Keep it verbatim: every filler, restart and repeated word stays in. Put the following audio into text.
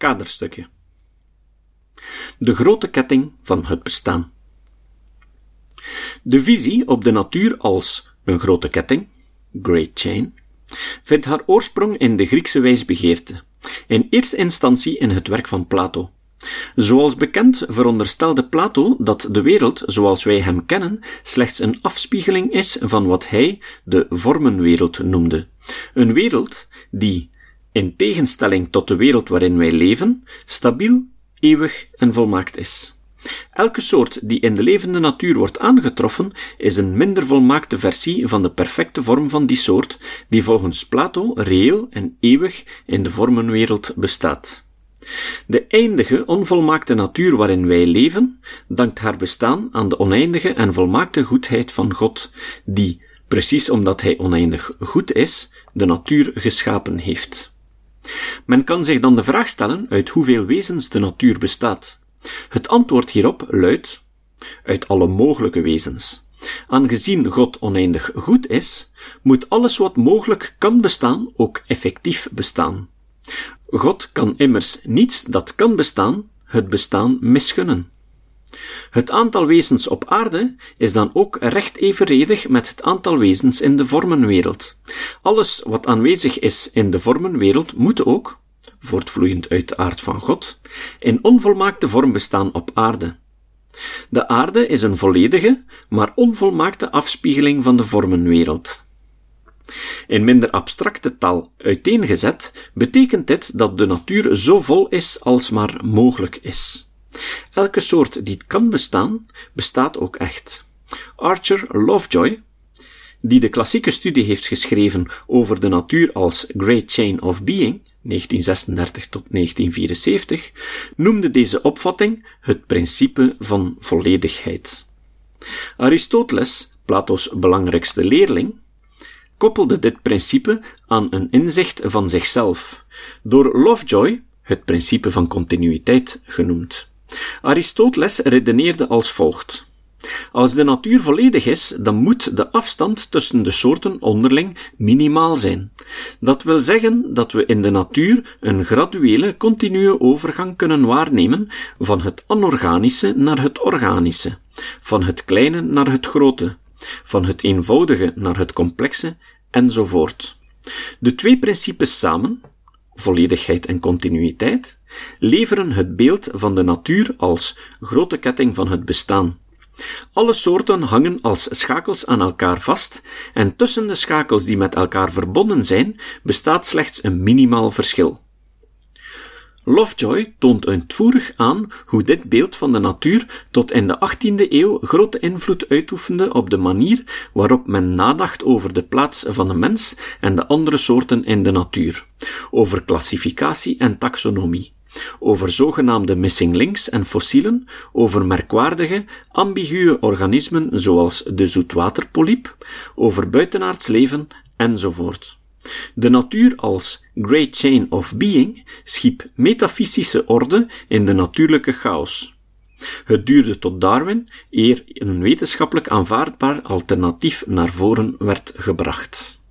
Kaderstukje. De grote ketting van het bestaan. De visie op de natuur als een grote ketting, Great Chain, vindt haar oorsprong in de Griekse wijsbegeerte, in eerste instantie in het werk van Plato. Zoals bekend veronderstelde Plato dat de wereld, zoals wij hem kennen, slechts een afspiegeling is van wat hij de vormenwereld noemde. Een wereld die, in tegenstelling tot de wereld waarin wij leven, stabiel, eeuwig en volmaakt is. Elke soort die in de levende natuur wordt aangetroffen, is een minder volmaakte versie van de perfecte vorm van die soort, die volgens Plato reëel en eeuwig in de vormenwereld bestaat. De eindige, onvolmaakte natuur waarin wij leven, dankt haar bestaan aan de oneindige en volmaakte goedheid van God, die, precies omdat hij oneindig goed is, de natuur geschapen heeft. Men kan zich dan de vraag stellen uit hoeveel wezens de natuur bestaat. Het antwoord hierop luidt, uit alle mogelijke wezens. Aangezien God oneindig goed is, moet alles wat mogelijk kan bestaan ook effectief bestaan. God kan immers niets dat kan bestaan, het bestaan misgunnen. Het aantal wezens op aarde is dan ook recht evenredig met het aantal wezens in de vormenwereld. Alles wat aanwezig is in de vormenwereld moet ook, voortvloeiend uit de aard van God, in onvolmaakte vorm bestaan op aarde. De aarde is een volledige, maar onvolmaakte afspiegeling van de vormenwereld. In minder abstracte taal uiteengezet, betekent dit dat de natuur zo vol is als maar mogelijk is. Elke soort die kan bestaan, bestaat ook echt. Archer Lovejoy, die de klassieke studie heeft geschreven over de natuur als Great Chain of Being, negentien zesendertig tot negentien vierenzeventig, noemde deze opvatting het principe van volledigheid. Aristoteles, Plato's belangrijkste leerling, koppelde dit principe aan een inzicht van zichzelf, door Lovejoy het principe van continuïteit genoemd. Aristoteles redeneerde als volgt. Als de natuur volledig is, dan moet de afstand tussen de soorten onderling minimaal zijn. Dat wil zeggen dat we in de natuur een graduele, continue overgang kunnen waarnemen van het anorganische naar het organische, van het kleine naar het grote, van het eenvoudige naar het complexe, enzovoort. De twee principes samen, volledigheid en continuïteit, leveren het beeld van de natuur als grote ketting van het bestaan. Alle soorten hangen als schakels aan elkaar vast, en tussen de schakels die met elkaar verbonden zijn, bestaat slechts een minimaal verschil. Lovejoy toont uitvoerig aan hoe dit beeld van de natuur tot in de achttiende eeuw grote invloed uitoefende op de manier waarop men nadacht over de plaats van de mens en de andere soorten in de natuur, over klassificatie en taxonomie, over zogenaamde missing links en fossielen, over merkwaardige, ambiguë organismen zoals de zoetwaterpoliep, over buitenaards leven, enzovoort. De natuur als Great Chain of Being schiep metafysische orde in de natuurlijke chaos. Het duurde tot Darwin eer een wetenschappelijk aanvaardbaar alternatief naar voren werd gebracht.